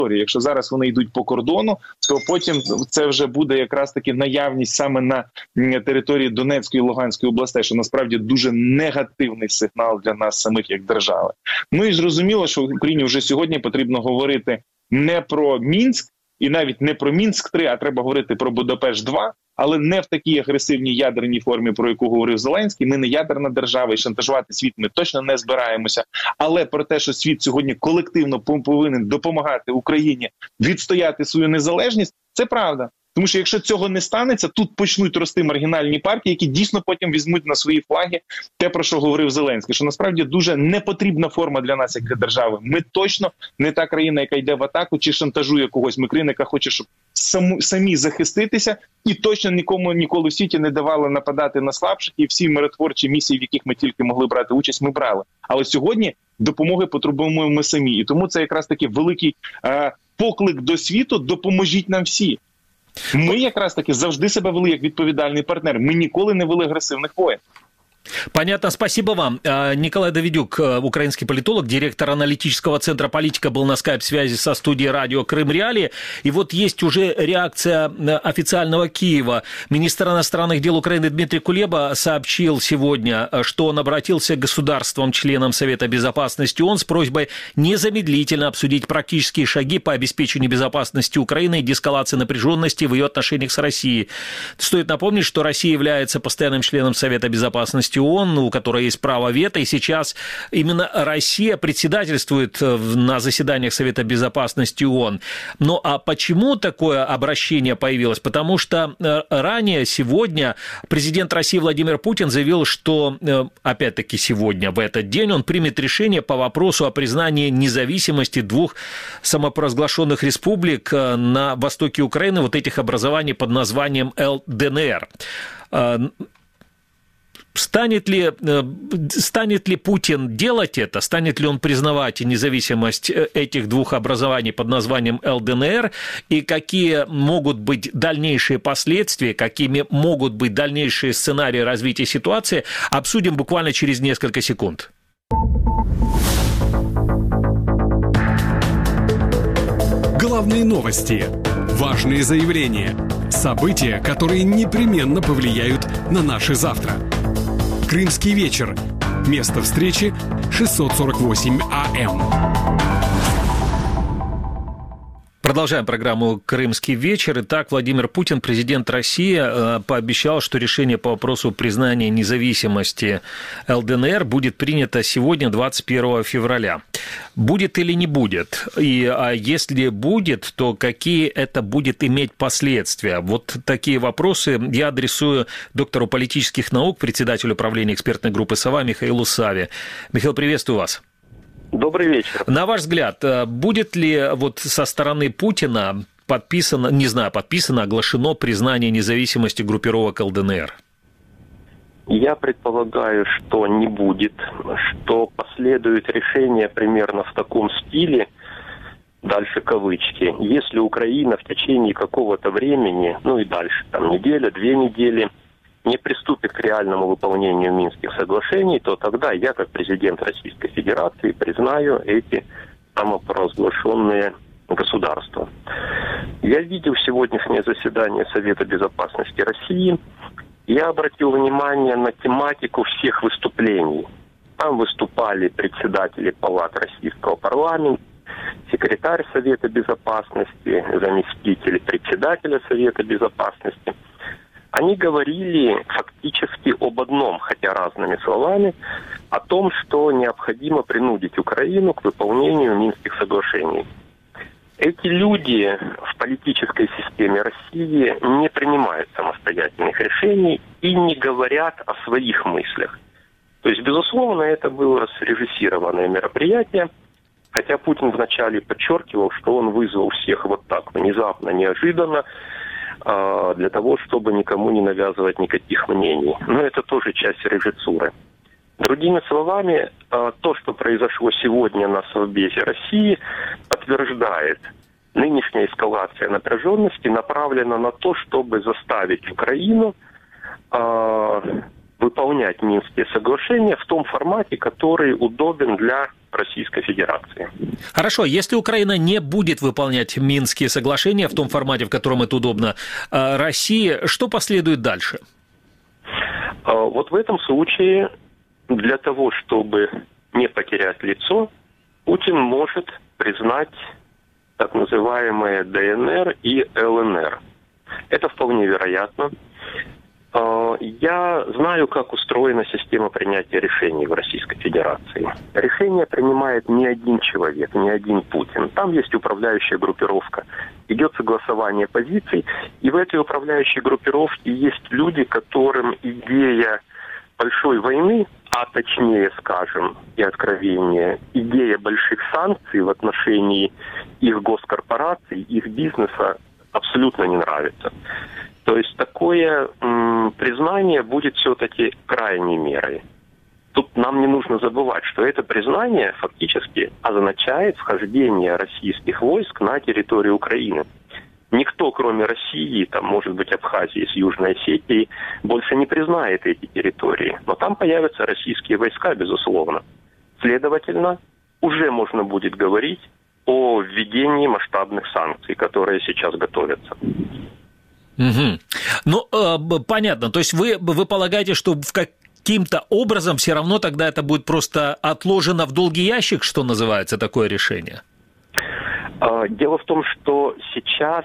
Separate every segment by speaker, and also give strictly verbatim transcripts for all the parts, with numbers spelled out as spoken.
Speaker 1: Якщо зараз вони йдуть по кордону, то потім це вже буде якраз таки наявність саме на території Донецької і Луганської областей, що насправді дуже негативний сигнал для нас самих як держави. Ну і зрозуміло, що в Україні вже сьогодні потрібно говорити не про Мінськ, і навіть не про Мінськ три, а треба говорити про Будапешт два, але не в такій агресивній ядерній формі, про яку говорив Зеленський. Ми не ядерна держава, і шантажувати світ ми точно не збираємося. Але про те, що світ сьогодні колективно повинен допомагати Україні відстояти свою незалежність, це правда. Тому що якщо цього не станеться, тут почнуть рости маргінальні партії, які дійсно потім візьмуть на свої флаги те, про що говорив Зеленський, що насправді дуже непотрібна форма для нас, як для держави. Ми точно не та країна, яка йде в атаку чи шантажує когось. Ми країна, яка хоче, щоб саму, самі захиститися, і точно нікому ніколи в світі не давали нападати на слабших, і всі миротворчі місії, в яких ми тільки могли брати участь, ми брали. Але сьогодні допомоги потребуємо ми самі. І тому це якраз таки великий е, поклик до світу: допоможіть нам всі. Ми якраз таки завжди себе вели як відповідальний партнер. Ми ніколи не вели агресивних воєн.
Speaker 2: Понятно, спасибо вам. Николай Давидюк, украинский политолог, директор аналитического центра «Политика», был на скайп-связи со студией радио «Крым Реалии». И вот есть уже реакция официального Киева. Министр иностранных дел Украины Дмитрий Кулеба сообщил сегодня, что он обратился к государствам-членам Совета Безопасности ООН с просьбой незамедлительно обсудить практические шаги по обеспечению безопасности Украины и деэскалации напряженности в ее отношениях с Россией. Стоит напомнить, что Россия является постоянным членом Совета Безопасности ООН, у которой есть право вето, и сейчас именно Россия председательствует на заседаниях Совета Безопасности ООН. Ну а почему такое обращение появилось? Потому что ранее, сегодня, президент России Владимир Путин заявил, что, опять-таки сегодня, в этот день, он примет решение по вопросу о признании независимости двух самопровозглашенных республик на востоке Украины, вот этих образований под названием эл дэ эн эр. Станет ли, станет ли Путин делать это? Станет ли он признавать независимость этих двух образований под названием эл дэ эн эр? И какие могут быть дальнейшие последствия, какими могут быть дальнейшие сценарии развития ситуации, обсудим буквально через несколько секунд.
Speaker 3: Главные новости, важные заявления, события, которые непременно повлияют на наше завтра. Крымский вечер. Место встречи шестьсот сорок восемь а эм.
Speaker 2: Продолжаем программу «Крымский вечер». Итак, Владимир Путин, президент России, пообещал, что решение по вопросу признания независимости эл дэ эн эр будет принято сегодня, двадцать первого февраля. Будет или не будет? И а если будет, то какие это будет иметь последствия? Вот такие вопросы я адресую доктору политических наук, председателю правления экспертной группы «Сова» Михаилу Саве. Михаил, приветствую вас.
Speaker 4: Добрый вечер.
Speaker 2: На ваш взгляд, будет ли вот со стороны Путина подписано, не знаю, подписано, оглашено признание независимости группировок эл дэ эн эр?
Speaker 4: Я предполагаю, что не будет, что последует решение примерно в таком стиле, дальше кавычки. Если Украина в течение какого-то времени, ну и дальше, там неделя, две недели, не приступит к реальному выполнению Минских соглашений, то тогда я, как президент Российской Федерации, признаю эти самопровозглашенные государства. Я видел сегодняшнее заседание Совета Безопасности России. Я обратил внимание на тематику всех выступлений. Там выступали председатели палат российского парламента, секретарь Совета Безопасности, заместитель председателя Совета Безопасности. Они говорили фактически об одном, хотя разными словами, о том, что необходимо принудить Украину к выполнению Минских соглашений. Эти люди в политической системе России не принимают самостоятельных решений и не говорят о своих мыслях. То есть, безусловно, это было срежиссированное мероприятие, хотя Путин вначале подчеркивал, что он вызвал всех вот так, внезапно, неожиданно, для того, чтобы никому не навязывать никаких мнений. Но это тоже часть режиссуры. Другими словами, то, что произошло сегодня на Совбезе России, подтверждает, нынешняя эскалация напряженности направлена на то, чтобы заставить Украину выполнять Минские соглашения в том формате, который удобен для Российской Федерации.
Speaker 2: Хорошо, если Украина не будет выполнять Минские соглашения в том формате, в котором это удобно России, что последует дальше?
Speaker 4: Вот в этом случае для того, чтобы не потерять лицо, Путин может признать так называемые ДНР и ЛНР. Это вполне вероятно. Я знаю, как устроена система принятия решений в Российской Федерации. Решение принимает не один человек, не один Путин. Там есть управляющая группировка. Идет согласование позиций, и в этой управляющей группировке есть люди, которым идея большой войны, а точнее, скажем, и откровение, идея больших санкций в отношении их госкорпораций, их бизнеса абсолютно не нравится. То есть такое м, признание будет все-таки крайней мерой. Тут нам не нужно забывать, что это признание фактически означает вхождение российских войск на территорию Украины. Никто, кроме России, там, может быть, Абхазии с Южной Осетией, больше не признает эти территории. Но там появятся российские войска, безусловно. Следовательно, уже можно будет говорить о введении масштабных санкций, которые сейчас готовятся.
Speaker 2: Угу. Ну, э, понятно. То есть вы, вы полагаете, что в каким-то образом все равно тогда это будет просто отложено в долгий ящик, что называется, такое решение?
Speaker 4: Дело в том, что сейчас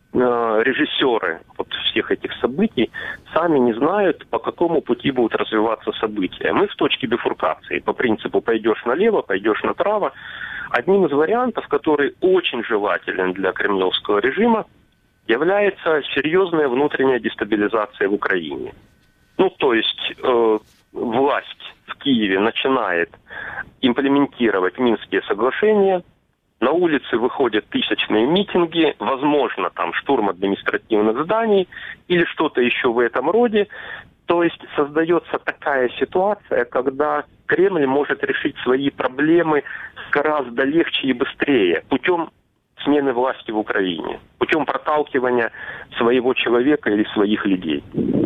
Speaker 4: режиссеры вот всех этих событий сами не знают, по какому пути будут развиваться события. Мы в точке бифуркации. По принципу пойдешь налево, пойдешь направо. Одним из вариантов, который очень желателен для кремлевского режима, является серьезная внутренняя дестабилизация в Украине. Ну, то есть э, власть в Киеве начинает имплементировать Минские соглашения, на улицы выходят тысячные митинги, возможно, там штурм административных зданий или что-то еще в этом роде. То есть создается такая ситуация, когда Кремль может решить свои проблемы гораздо легче и быстрее путем смены власти в Украине, путем проталкивания своего человека или своих людей.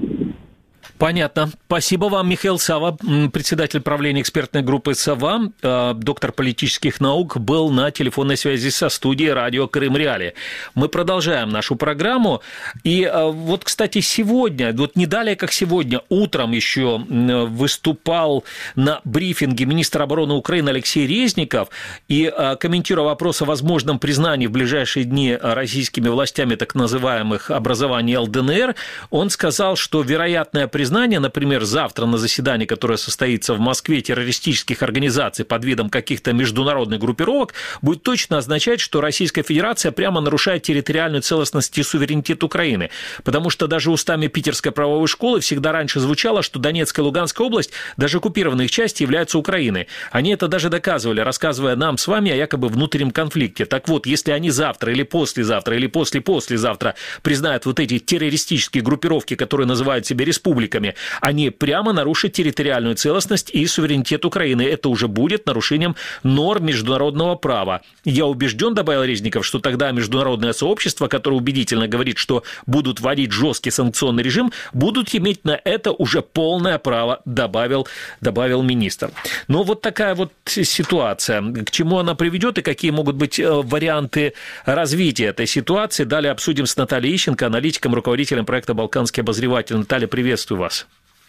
Speaker 2: Понятно. Спасибо вам, Михаил Сава, председатель правления экспертной группы «Сова», доктор политических наук, был на телефонной связи со студией радио Крым-Реалии. Мы продолжаем нашу программу. И вот, кстати, сегодня, вот не далее, как сегодня, утром еще выступал на брифинге министр обороны Украины Алексей Резников и, комментируя вопрос о возможном признании в ближайшие дни российскими властями так называемых образований ЛДНР, он сказал, что вероятное признание Признание, например, завтра на заседании, которое состоится в Москве, террористических организаций под видом каких-то международных группировок, будет точно означать, что Российская Федерация прямо нарушает территориальную целостность и суверенитет Украины. Потому что даже устами Питерской правовой школы всегда раньше звучало, что Донецкая и Луганская область, даже оккупированные их части, являются Украиной. Они это даже доказывали, рассказывая нам с вами о якобы внутреннем конфликте. Так вот, если они завтра или послезавтра или после-послезавтра признают вот эти террористические группировки, которые называют себя республиками, они прямо нарушат территориальную целостность и суверенитет Украины. Это уже будет нарушением норм международного права. Я убежден, добавил Резников, что тогда международное сообщество, которое убедительно говорит, что будут вводить жесткий санкционный режим, будут иметь на это уже полное право, добавил, добавил министр. Но вот такая вот ситуация. К чему она приведет и какие могут быть варианты развития этой ситуации, далее обсудим с Натальей Ищенко, аналитиком, руководителем проекта «Балканский обозреватель». Наталья, приветствую вас.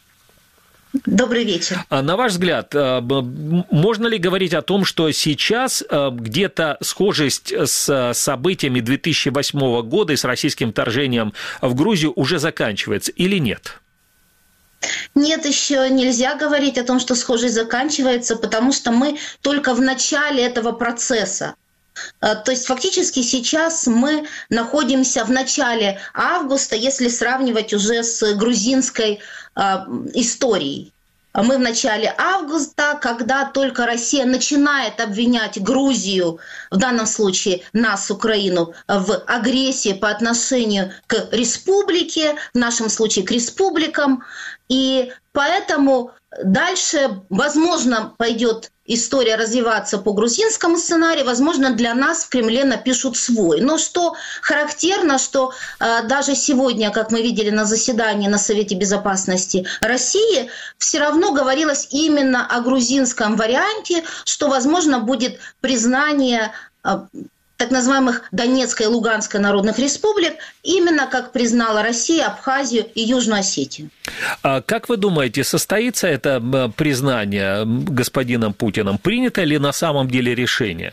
Speaker 5: Добрый вечер.
Speaker 2: На ваш взгляд, можно ли говорить о том, что сейчас где-то схожесть с событиями две тысячи восьмого года и с российским вторжением в Грузию уже заканчивается или нет?
Speaker 5: Нет, еще нельзя говорить о том, что схожесть заканчивается, потому что мы только в начале этого процесса. То есть фактически сейчас мы находимся в начале августа, если сравнивать уже с грузинской э, историей. Мы в начале августа, когда только Россия начинает обвинять Грузию, в данном случае нас, Украину, в агрессии по отношению к республике, в нашем случае к республикам. И поэтому дальше, возможно, пойдет история развиваться по грузинскому сценарию, возможно, для нас в Кремле напишут свой. Но что характерно, что э, даже сегодня, как мы видели на заседании на Совете Безопасности России, все равно говорилось именно о грузинском варианте, что, возможно, будет признание э, так называемых Донецкой и Луганской народных республик, именно как признала Россия Абхазию и Южную Осетию.
Speaker 2: А как вы думаете, состоится это признание господином Путиным? Принято ли на самом деле решение?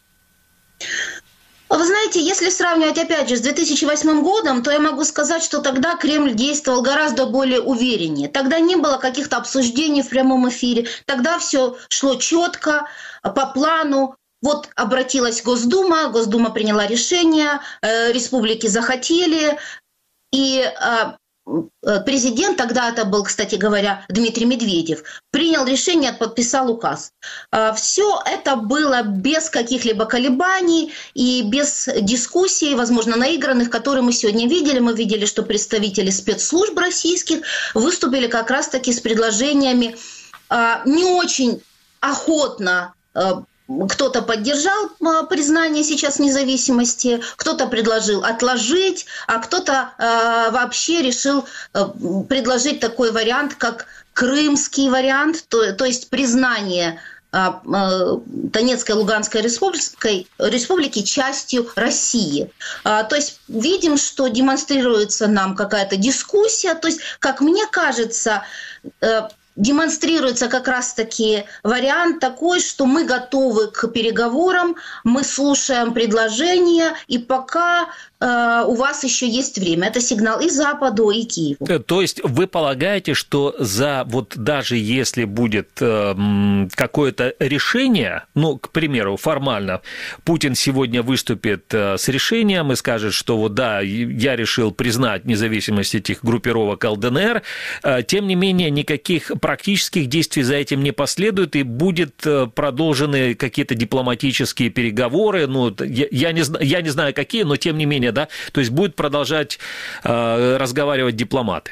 Speaker 5: Вы знаете, если сравнивать, опять же, с две тысячи восьмым годом, то я могу сказать, что тогда Кремль действовал гораздо более увереннее. Тогда не было каких-то обсуждений в прямом эфире. Тогда все шло четко, по плану. Вот обратилась Госдума, Госдума приняла решение, э, республики захотели, и э, президент, тогда это был, кстати говоря, Дмитрий Медведев, принял решение, подписал указ. Э, все это было без каких-либо колебаний и без дискуссий, возможно, наигранных, которые мы сегодня видели. Мы видели, что представители спецслужб российских выступили как раз-таки с предложениями э, не очень охотно. э, Кто-то поддержал признание сейчас независимости, кто-то предложил отложить, а кто-то э, вообще решил э, предложить такой вариант, как крымский вариант, то, то есть признание э, э, Донецкой и Луганской республики, республики частью России. Э, то есть видим, что демонстрируется нам какая-то дискуссия, то есть, как мне кажется, э, демонстрируется как раз-таки вариант такой, что мы готовы к переговорам, мы слушаем предложения, и пока э, у вас еще есть время. Это сигнал и Западу, и Киеву.
Speaker 2: То есть вы полагаете, что за вот даже если будет э, какое-то решение, ну, к примеру, формально, Путин сегодня выступит э, с решением и скажет, что вот да, я решил признать независимость этих группировок ЛДНР, э, тем не менее никаких практических действий за этим не последует, и будет продолжены какие-то дипломатические переговоры, ну, я, я, не, я не знаю какие, но тем не менее, да, то есть будут продолжать э, разговаривать дипломаты.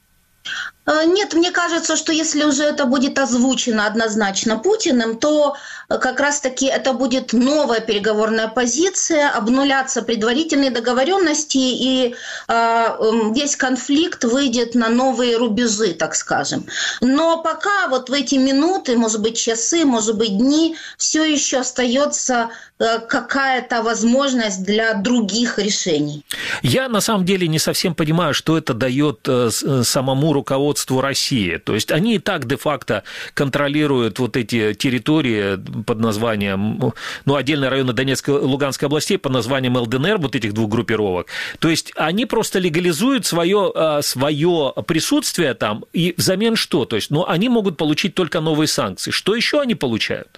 Speaker 5: Нет, мне кажется, что если уже это будет озвучено однозначно Путиным, то как раз-таки это будет новая переговорная позиция, обнулятся предварительные договоренности, и э, весь конфликт выйдет на новые рубежи, так скажем. Но пока вот в эти минуты, может быть, часы, может быть, дни, все еще остается э, какая-то возможность для других решений.
Speaker 2: Я на самом деле не совсем понимаю, что это дает э, самому руководству России. То есть они и так де-факто контролируют вот эти территории под названием, ну, отдельные районы Донецкой и Луганской областей под названием ЛДНР, вот этих двух группировок. То есть они просто легализуют свое, свое присутствие там, и взамен что? То есть, ну, они могут получить только новые санкции. Что еще они получают?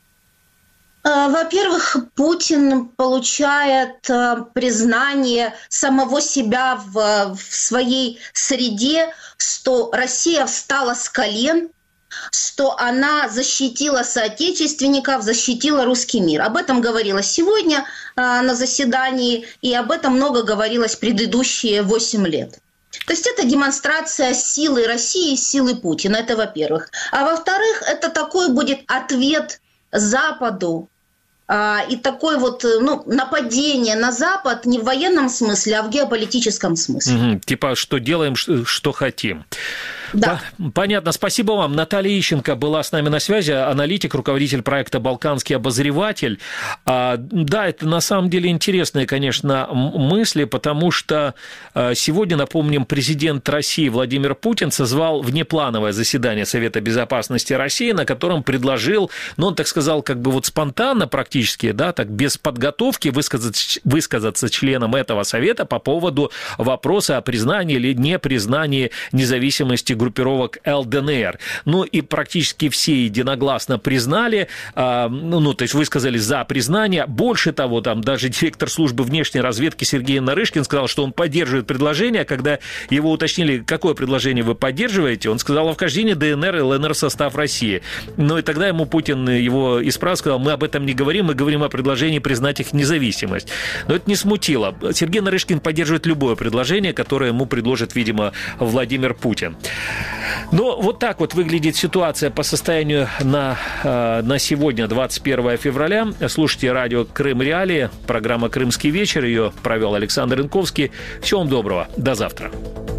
Speaker 5: Во-первых, Путин получает признание самого себя в, в своей среде, что Россия встала с колен, что она защитила соотечественников, защитила русский мир. Об этом говорилось сегодня на заседании, и об этом много говорилось предыдущие восемь лет. То есть это демонстрация силы России, силы Путина, это во-первых. А во-вторых, это такой будет ответ Западу, и такое вот, ну, нападение на Запад не в военном смысле, а в геополитическом смысле.
Speaker 2: Угу, типа, что делаем, что хотим.
Speaker 5: Да.
Speaker 2: Понятно, спасибо вам. Наталья Ищенко была с нами на связи, аналитик, руководитель проекта «Балканский обозреватель». Да, это на самом деле интересные, конечно, мысли, потому что сегодня, напомним, президент России Владимир Путин созвал внеплановое заседание Совета Безопасности России, на котором предложил, ну, он так сказал, как бы вот спонтанно практически, да, так без подготовки высказать, высказаться членам этого совета по поводу вопроса о признании или непризнании независимости группировок ЛДНР. Ну и практически все единогласно признали, э, ну, то есть высказали за признание. Больше того, там даже директор службы внешней разведки Сергей Нарышкин сказал, что он поддерживает предложение. Когда его уточнили, какое предложение вы поддерживаете, он сказал о вхождении ДНР и ЛНР в состав России. Ну и тогда ему Путин его исправил, сказал, мы об этом не говорим, мы говорим о предложении признать их независимость. Но это не смутило. Сергей Нарышкин поддерживает любое предложение, которое ему предложит, видимо, Владимир Путин. Но вот так вот выглядит ситуация по состоянию на, на сегодня, двадцать первое февраля. Слушайте радио «Крым Реалии», программа «Крымский вечер». Ее провел Александр Инковский. Всего вам доброго. До завтра.